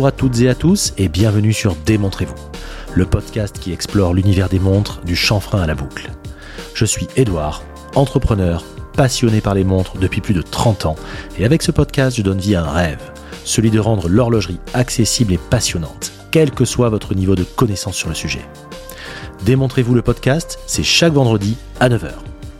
à toutes et à tous et bienvenue sur Démontrez-vous, le podcast qui explore l'univers des montres du chanfrein à la boucle. Je suis Édouard, entrepreneur, passionné par les montres depuis plus de 30 ans et avec ce podcast je donne vie à un rêve, celui de rendre l'horlogerie accessible et passionnante, quel que soit votre niveau de connaissance sur le sujet. Démontrez-vous le podcast, c'est chaque vendredi à 9h.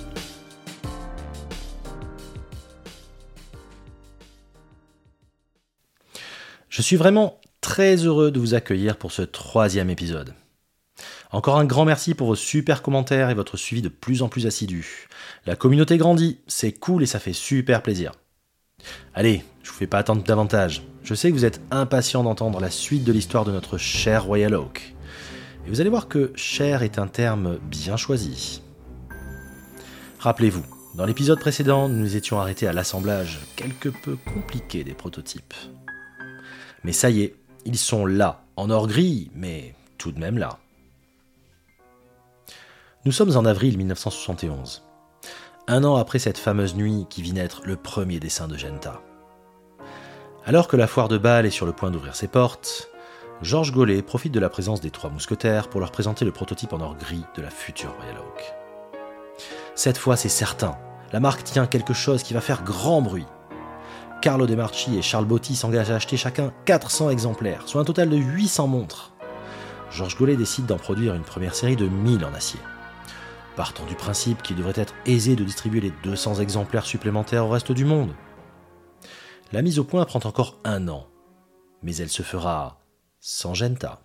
Je suis vraiment très heureux de vous accueillir pour ce 3e épisode. Encore un grand merci pour vos super commentaires et votre suivi de plus en plus assidu. La communauté grandit, c'est cool et ça fait super plaisir. Allez, je vous fais pas attendre davantage. Je sais que vous êtes impatients d'entendre la suite de l'histoire de notre cher Royal Oak. Et vous allez voir que « cher » est un terme bien choisi. Rappelez-vous, dans l'épisode précédent, nous nous étions arrêtés à l'assemblage quelque peu compliqué des prototypes. Mais ça y est, ils sont là, en or gris, mais tout de même là. Nous sommes en avril 1971, un an après cette fameuse nuit qui vit naître le premier dessin de Genta. Alors que la foire de Bâle est sur le point d'ouvrir ses portes, Georges Gollet profite de la présence des 3 mousquetaires pour leur présenter le prototype en or gris de la future Royal Oak. Cette fois, c'est certain, la marque tient quelque chose qui va faire grand bruit. Carlo De Marchi et Charles Botti s'engagent à acheter chacun 400 exemplaires, soit un total de 800 montres. Georges Gollet décide d'en produire une première série de 1000 en acier. Partant du principe qu'il devrait être aisé de distribuer les 200 exemplaires supplémentaires au reste du monde. La mise au point prend encore 1 an, mais elle se fera sans Genta.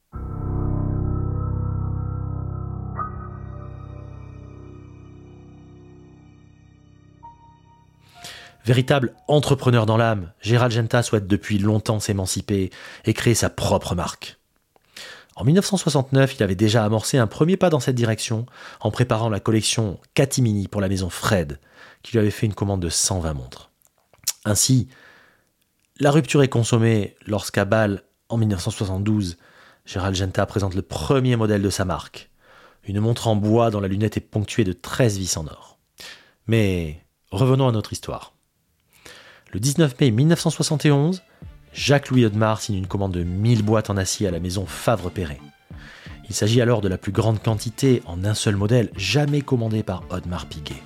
Véritable entrepreneur dans l'âme, Gérald Genta souhaite depuis longtemps s'émanciper et créer sa propre marque. En 1969, il avait déjà amorcé un premier pas dans cette direction en préparant la collection Catimini pour la maison Fred, qui lui avait fait une commande de 120 montres. Ainsi, la rupture est consommée lorsqu'à Bâle, en 1972, Gérald Genta présente le premier modèle de sa marque, une montre en bois dont la lunette est ponctuée de 13 vis en or. Mais revenons à notre histoire. Le 19 mai 1971, Jacques-Louis Audemars signe une commande de 1000 boîtes en acier à la maison Favre-Perret. Il s'agit alors de la plus grande quantité en un seul modèle jamais commandée par Audemars Piguet.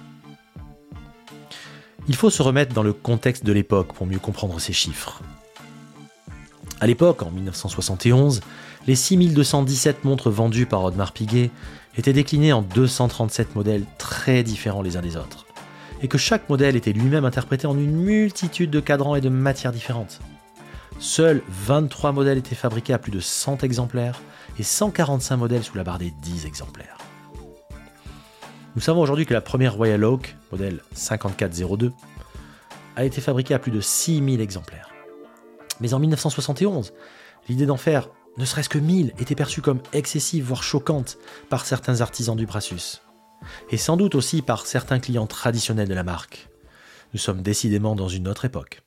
Il faut se remettre dans le contexte de l'époque pour mieux comprendre ces chiffres. À l'époque, en 1971, les 6217 montres vendues par Audemars Piguet étaient déclinées en 237 modèles très différents les uns des autres, et que chaque modèle était lui-même interprété en une multitude de cadrans et de matières différentes. Seuls 23 modèles étaient fabriqués à plus de 100 exemplaires et 145 modèles sous la barre des 10 exemplaires. Nous savons aujourd'hui que la première Royal Oak, modèle 5402, a été fabriquée à plus de 6000 exemplaires. Mais en 1971, l'idée d'en faire ne serait-ce que 1000 était perçue comme excessive, voire choquante, par certains artisans du Brassus. Et sans doute aussi par certains clients traditionnels de la marque. Nous sommes décidément dans une autre époque.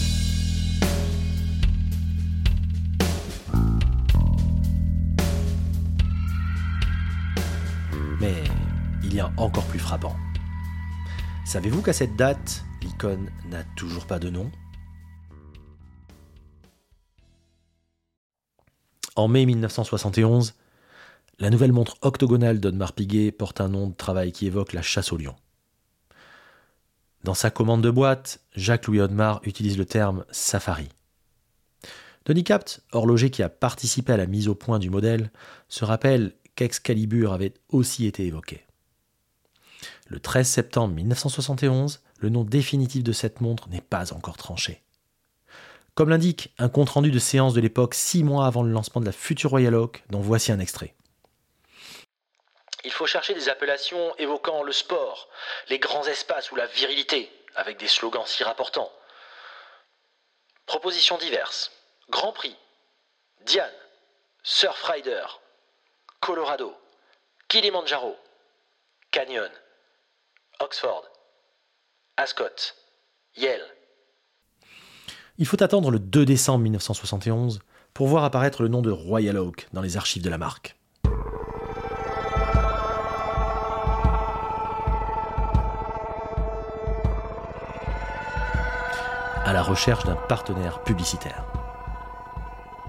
Mais il y a encore plus frappant. Savez-vous qu'à cette date, l'icône n'a toujours pas de nom ? En mai 1971, la nouvelle montre octogonale d'Audemars Piguet porte un nom de travail qui évoque la chasse au lion. Dans sa commande de boîte, Jacques-Louis Audemars utilise le terme « safari ». Denis Capt, horloger qui a participé à la mise au point du modèle, se rappelle qu'Excalibur avait aussi été évoqué. Le 13 septembre 1971, le nom définitif de cette montre n'est pas encore tranché. Comme l'indique un compte-rendu de séance de l'époque 6 mois avant le lancement de la future Royal Oak, dont voici un extrait. Il faut chercher des appellations évoquant le sport, les grands espaces ou la virilité, avec des slogans si rapportants. Propositions diverses. Grand Prix, Diane, Surfrider, Colorado, Kilimanjaro, Canyon, Oxford, Ascot, Yale. Il faut attendre le 2 décembre 1971 pour voir apparaître le nom de Royal Oak dans les archives de la marque. À la recherche d'un partenaire publicitaire.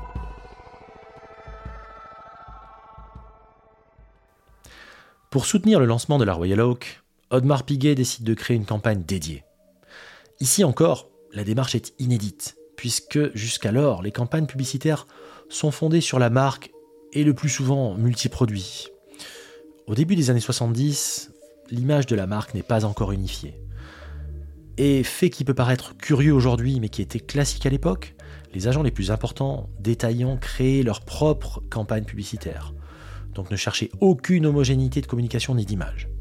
Pour soutenir le lancement de la Royal Oak, Audemars Piguet décide de créer une campagne dédiée. Ici encore, la démarche est inédite, puisque jusqu'alors, les campagnes publicitaires sont fondées sur la marque et le plus souvent multiproduits. Au début des années 70, l'image de la marque n'est pas encore unifiée. Et fait qui peut paraître curieux aujourd'hui, mais qui était classique à l'époque, les agents les plus importants détaillants créaient leur propre campagne publicitaire. Donc ne cherchez aucune homogénéité de communication ni d'image.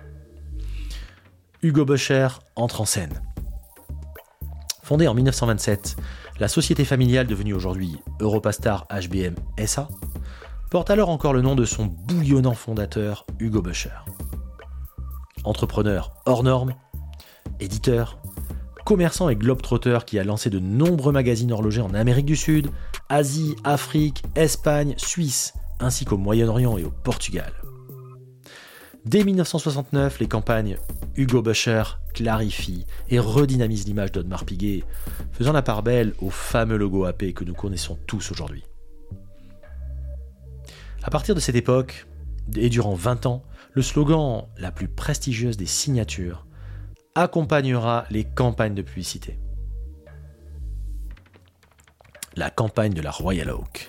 Hugo Bosscher entre en scène. Fondée en 1927, la société familiale devenue aujourd'hui Europastar HBM SA porte alors encore le nom de son bouillonnant fondateur Hugo Bosscher. Entrepreneur hors norme, éditeur, commerçant et globetrotter qui a lancé de nombreux magazines horlogers en Amérique du Sud, Asie, Afrique, Espagne, Suisse, ainsi qu'au Moyen-Orient et au Portugal. Dès 1969, les campagnes Hugo Bosscher clarifient et redynamisent l'image d'Audemars Piguet, faisant la part belle au fameux logo AP que nous connaissons tous aujourd'hui. À partir de cette époque, et durant 20 ans, le slogan la plus prestigieuse des signatures accompagnera les campagnes de publicité. La campagne de la Royal Oak.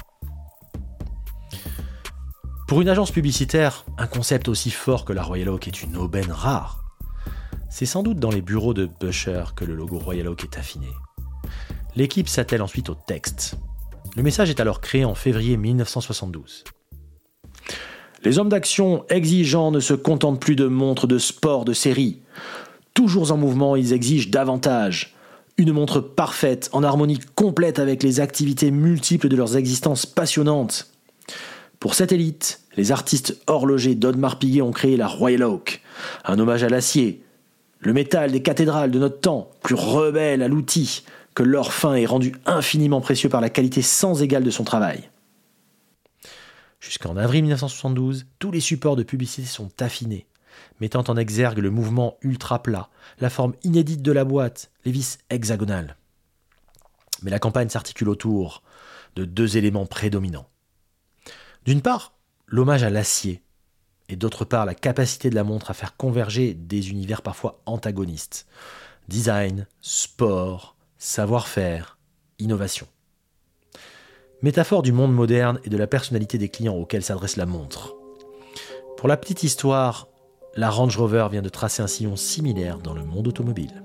Pour une agence publicitaire, un concept aussi fort que la Royal Oak est une aubaine rare. C'est sans doute dans les bureaux de Bosscher que le logo Royal Oak est affiné. L'équipe s'attelle ensuite au texte. Le message est alors créé en février 1972. Les hommes d'action exigeants ne se contentent plus de montres de sport de série. Toujours en mouvement, ils exigent davantage. Une montre parfaite, en harmonie complète avec les activités multiples de leurs existences passionnantes. Pour cette élite, les artistes horlogers d'Audemars Piguet ont créé la Royal Oak, un hommage à l'acier, le métal des cathédrales de notre temps, plus rebelle à l'outil, que l'or fin est rendu infiniment précieux par la qualité sans égale de son travail. Jusqu'en avril 1972, tous les supports de publicité sont affinés, mettant en exergue le mouvement ultra plat, la forme inédite de la boîte, les vis hexagonales. Mais la campagne s'articule autour de deux éléments prédominants. D'une part, l'hommage à l'acier, et d'autre part, la capacité de la montre à faire converger des univers parfois antagonistes. Design, sport, savoir-faire, innovation. Métaphore du monde moderne et de la personnalité des clients auxquels s'adresse la montre. Pour la petite histoire, la Range Rover vient de tracer un sillon similaire dans le monde automobile.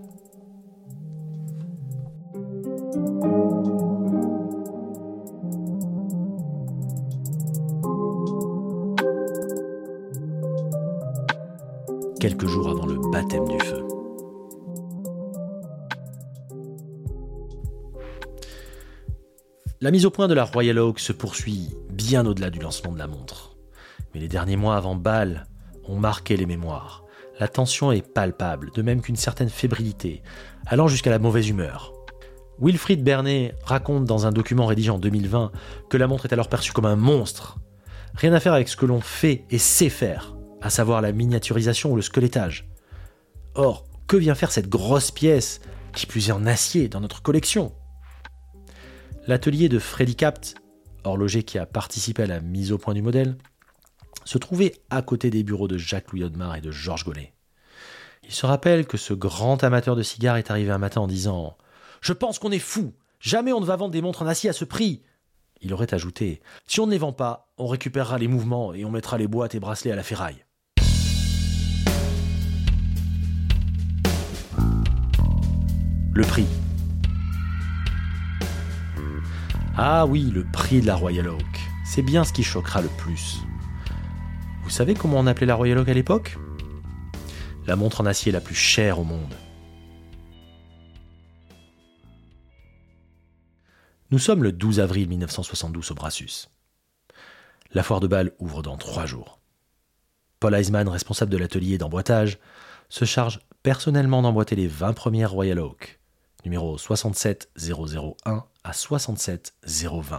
Quelques jours avant le baptême du feu. La mise au point de la Royal Oak se poursuit bien au-delà du lancement de la montre. Mais les derniers mois avant Bâle ont marqué les mémoires. La tension est palpable, de même qu'une certaine fébrilité, allant jusqu'à la mauvaise humeur. Wilfried Bernet raconte dans un document rédigé en 2020 que la montre est alors perçue comme un monstre. Rien à faire avec ce que l'on fait et sait faire, à savoir la miniaturisation ou le squelettage. Or, que vient faire cette grosse pièce, qui plus est en acier, dans notre collection ? L'atelier de Freddy Capt, horloger qui a participé à la mise au point du modèle, se trouvait à côté des bureaux de Jacques-Louis Audemars et de Georges Gollet. Il se rappelle que ce grand amateur de cigares est arrivé un matin en disant « Je pense qu'on est fou, jamais on ne va vendre des montres en acier à ce prix !» Il aurait ajouté « Si on ne les vend pas, on récupérera les mouvements et on mettra les boîtes et bracelets à la ferraille. » Le prix. Ah oui, le prix de la Royal Oak. C'est bien ce qui choquera le plus. Vous savez comment on appelait la Royal Oak à l'époque ? La montre en acier la plus chère au monde. Nous sommes le 12 avril 1972 au Brassus. La foire de Bâle ouvre dans 3 jours. Paul Eisman, responsable de l'atelier d'emboîtage, se charge personnellement d'emboîter les 20 premières Royal Oak, numéro 67001 à 67020.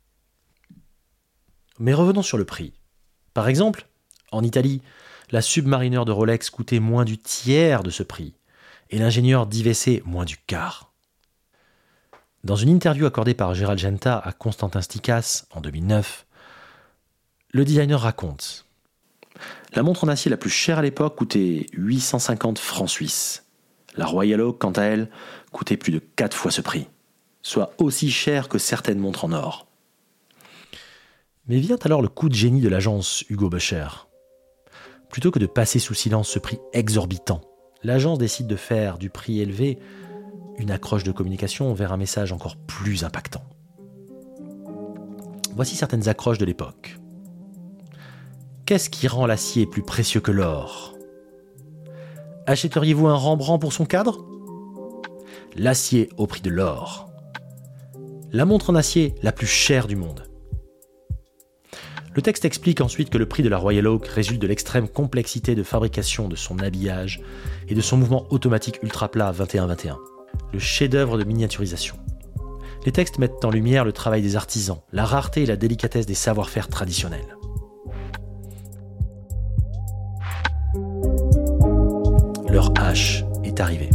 Mais revenons sur le prix. Par exemple, en Italie, la Submariner de Rolex coûtait moins du tiers de ce prix, et l'ingénieur d'IVC moins du quart. Dans une interview accordée par Gérald Genta à Constantin Stikas en 2009, le designer raconte La montre en acier la plus chère à l'époque coûtait 850 francs suisses. La Royal Oak, quant à elle, coûtait plus de 4 fois ce prix, soit aussi cher que certaines montres en or. Mais vient alors le coup de génie de l'agence Hugo Boss. Plutôt que de passer sous silence ce prix exorbitant, l'agence décide de faire du prix élevé une accroche de communication vers un message encore plus impactant. Voici certaines accroches de l'époque. Qu'est-ce qui rend l'acier plus précieux que l'or ? Achèteriez-vous un Rembrandt pour son cadre ? L'acier au prix de l'or. La montre en acier la plus chère du monde. Le texte explique ensuite que le prix de la Royal Oak résulte de l'extrême complexité de fabrication de son habillage et de son mouvement automatique ultra plat 21-21, le chef-d'œuvre de miniaturisation. Les textes mettent en lumière le travail des artisans, la rareté et la délicatesse des savoir-faire traditionnels. Leur hache est arrivée.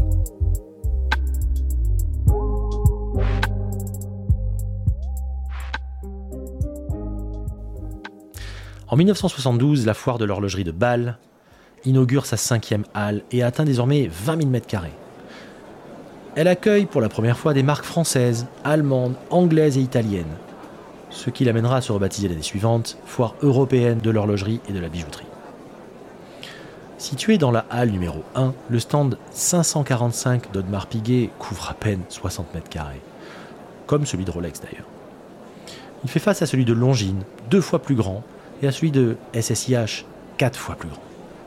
En 1972, la foire de l'horlogerie de Bâle inaugure sa 5e halle et atteint désormais 20 000 m². Elle accueille pour la première fois des marques françaises, allemandes, anglaises et italiennes, ce qui l'amènera à se rebaptiser l'année suivante Foire européenne de l'horlogerie et de la bijouterie. Situé dans la halle numéro 1, le stand 545 d'Audemars Piguet couvre à peine 60 m², comme celui de Rolex d'ailleurs. Il fait face à celui de Longines, 2 fois plus grand, et à celui de SSIH, 4 fois plus grand.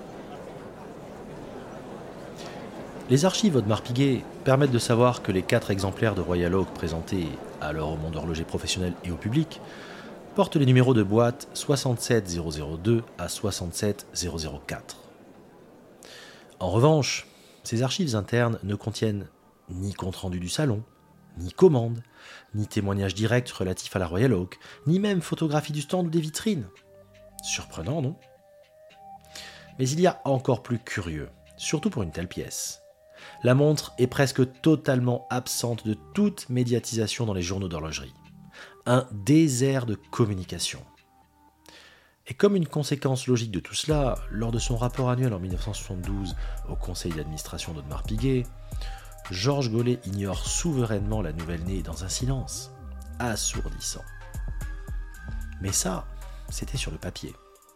Les archives Audemars Piguet permettent de savoir que les 4 exemplaires de Royal Oak présentés alors au monde horloger professionnel et au public portent les numéros de boîte 67002 à 67004. En revanche, ces archives internes ne contiennent ni compte-rendu du salon, ni commande, ni témoignages directs relatifs à la Royal Oak, ni même photographie du stand ou des vitrines. Surprenant, non ? Mais il y a encore plus curieux, surtout pour une telle pièce. La montre est presque totalement absente de toute médiatisation dans les journaux d'horlogerie. Un désert de communication. Et comme une conséquence logique de tout cela, lors de son rapport annuel en 1972 au conseil d'administration d'Audemars Piguet, Georges Gollet ignore souverainement la nouvelle née dans un silence assourdissant. Mais ça, c'était sur le papier.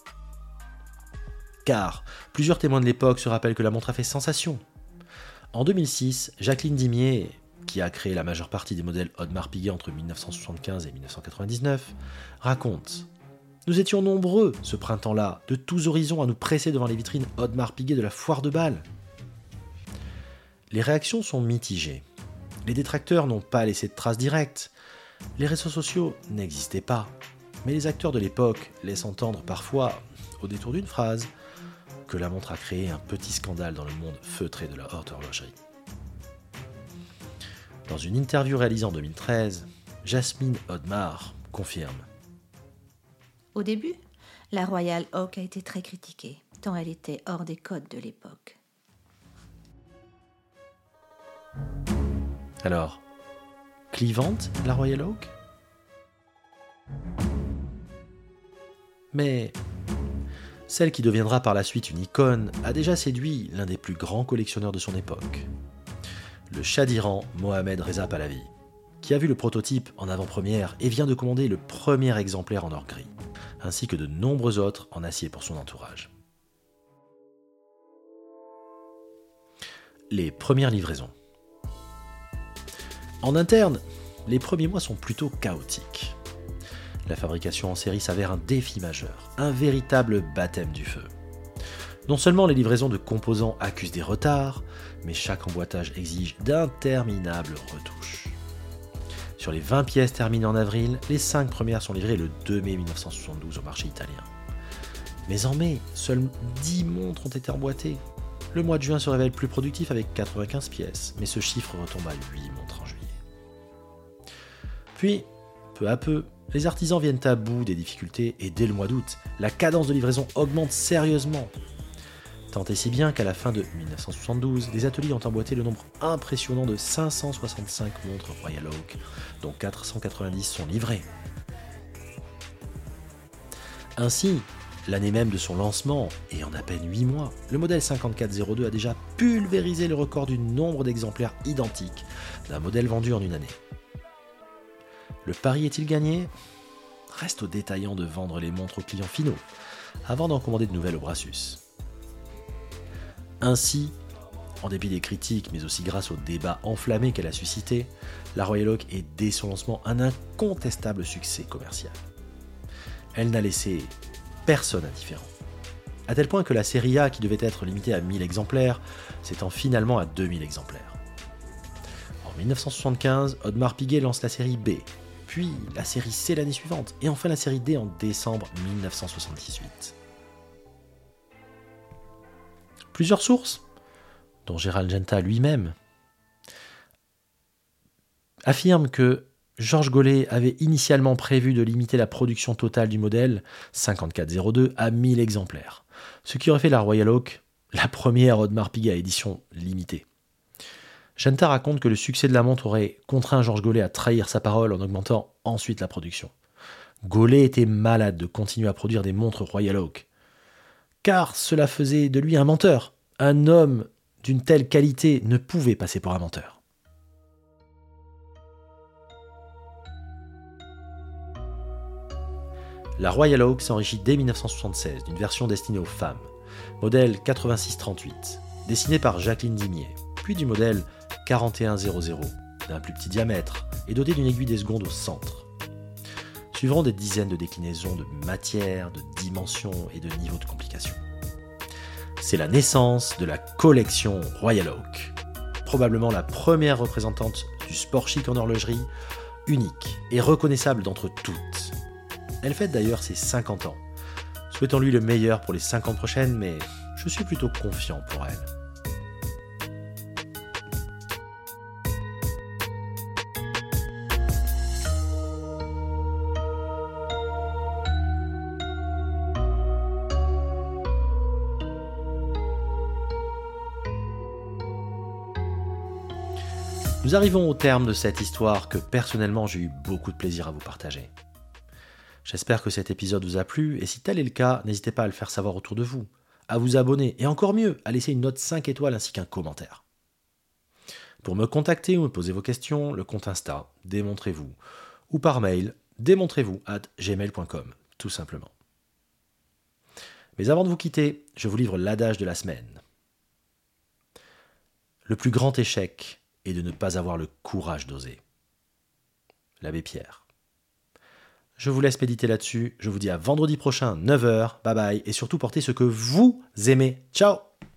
Car plusieurs témoins de l'époque se rappellent que la montre a fait sensation. En 2006, Jacqueline Dimier, qui a créé la majeure partie des modèles Audemars Piguet entre 1975 et 1999, raconte « Nous étions nombreux, ce printemps-là, de tous horizons à nous presser devant les vitrines Audemars Piguet de la foire de Bâle. » Les réactions sont mitigées. Les détracteurs n'ont pas laissé de traces directes. Les réseaux sociaux n'existaient pas. Mais les acteurs de l'époque laissent entendre parfois, au détour d'une phrase, que la montre a créé un petit scandale dans le monde feutré de la haute horlogerie. Dans une interview réalisée en 2013, Jasmine Audemars confirme. Au début, la Royal Oak a été très critiquée, tant elle était hors des codes de l'époque. Alors, clivante, la Royal Oak ? Mais celle qui deviendra par la suite une icône a déjà séduit l'un des plus grands collectionneurs de son époque, le Shah d'Iran Mohammad Reza Pahlavi, qui a vu le prototype en avant-première et vient de commander le premier exemplaire en or gris, ainsi que de nombreux autres en acier pour son entourage. Les premières livraisons. En interne, les premiers mois sont plutôt chaotiques. La fabrication en série s'avère un défi majeur, un véritable baptême du feu. Non seulement les livraisons de composants accusent des retards, mais chaque emboîtage exige d'interminables retouches. Sur les 20 pièces terminées en avril, les 5 premières sont livrées le 2 mai 1972 au marché italien. Mais en mai, seules 10 montres ont été emboîtées. Le mois de juin se révèle plus productif avec 95 pièces, mais ce chiffre retombe à 8 montres en juillet. Puis, peu à peu, les artisans viennent à bout des difficultés et dès le mois d'août, la cadence de livraison augmente sérieusement. Tant et si bien qu'à la fin de 1972, les ateliers ont emboîté le nombre impressionnant de 565 montres Royal Oak, dont 490 sont livrées. Ainsi, L'année même de son lancement, et en à peine 8 mois, le modèle 5402 a déjà pulvérisé le record du nombre d'exemplaires identiques d'un modèle vendu en une année. Le pari est-il gagné ? Reste aux détaillants de vendre les montres aux clients finaux, avant d'en commander de nouvelles au Brassus. Ainsi, en dépit des critiques, mais aussi grâce au débat enflammé qu'elle a suscité, la Royal Oak est dès son lancement un incontestable succès commercial. Elle n'a laissé personne indifférent. À tel point que la série A, qui devait être limitée à 1000 exemplaires, s'étend finalement à 2000 exemplaires. En 1975, Audemars Piguet lance la série B, puis la série C l'année suivante, et enfin la série D en décembre 1978. Plusieurs sources, dont Gérald Genta lui-même, affirment que Georges Gollet avait initialement prévu de limiter la production totale du modèle 5402 à 1000 exemplaires, ce qui aurait fait la Royal Oak la première Audemars Piguet à édition limitée. Genta raconte que le succès de la montre aurait contraint Georges Gollet à trahir sa parole en augmentant ensuite la production. Gollet était malade de continuer à produire des montres Royal Oak, car cela faisait de lui un menteur. Un homme d'une telle qualité ne pouvait passer pour un menteur. La Royal Oak s'enrichit dès 1976 d'une version destinée aux femmes, modèle 8638, dessinée par Jacqueline Dimier, puis du modèle 4100, d'un plus petit diamètre et doté d'une aiguille des secondes au centre. Suivront des dizaines de déclinaisons de matières, de dimensions et de niveaux de complication. C'est la naissance de la collection Royal Oak, probablement la première représentante du sport chic en horlogerie, unique et reconnaissable d'entre toutes. Elle fête d'ailleurs ses 50 ans. Souhaitons-lui le meilleur pour les 50 prochaines, mais je suis plutôt confiant pour elle. Nous arrivons au terme de cette histoire que personnellement j'ai eu beaucoup de plaisir à vous partager. J'espère que cet épisode vous a plu, et si tel est le cas, n'hésitez pas à le faire savoir autour de vous, à vous abonner, et encore mieux, à laisser une note 5 étoiles ainsi qu'un commentaire. Pour me contacter ou me poser vos questions, le compte Insta, démontrez-vous, ou par mail, démontrez-vous@gmail.com, tout simplement. Mais avant de vous quitter, je vous livre l'adage de la semaine. Le plus grand échec est de ne pas avoir le courage d'oser. L'abbé Pierre. Je vous laisse méditer là-dessus. Je vous dis à vendredi prochain, 9h. Bye bye. Et surtout, portez ce que vous aimez. Ciao!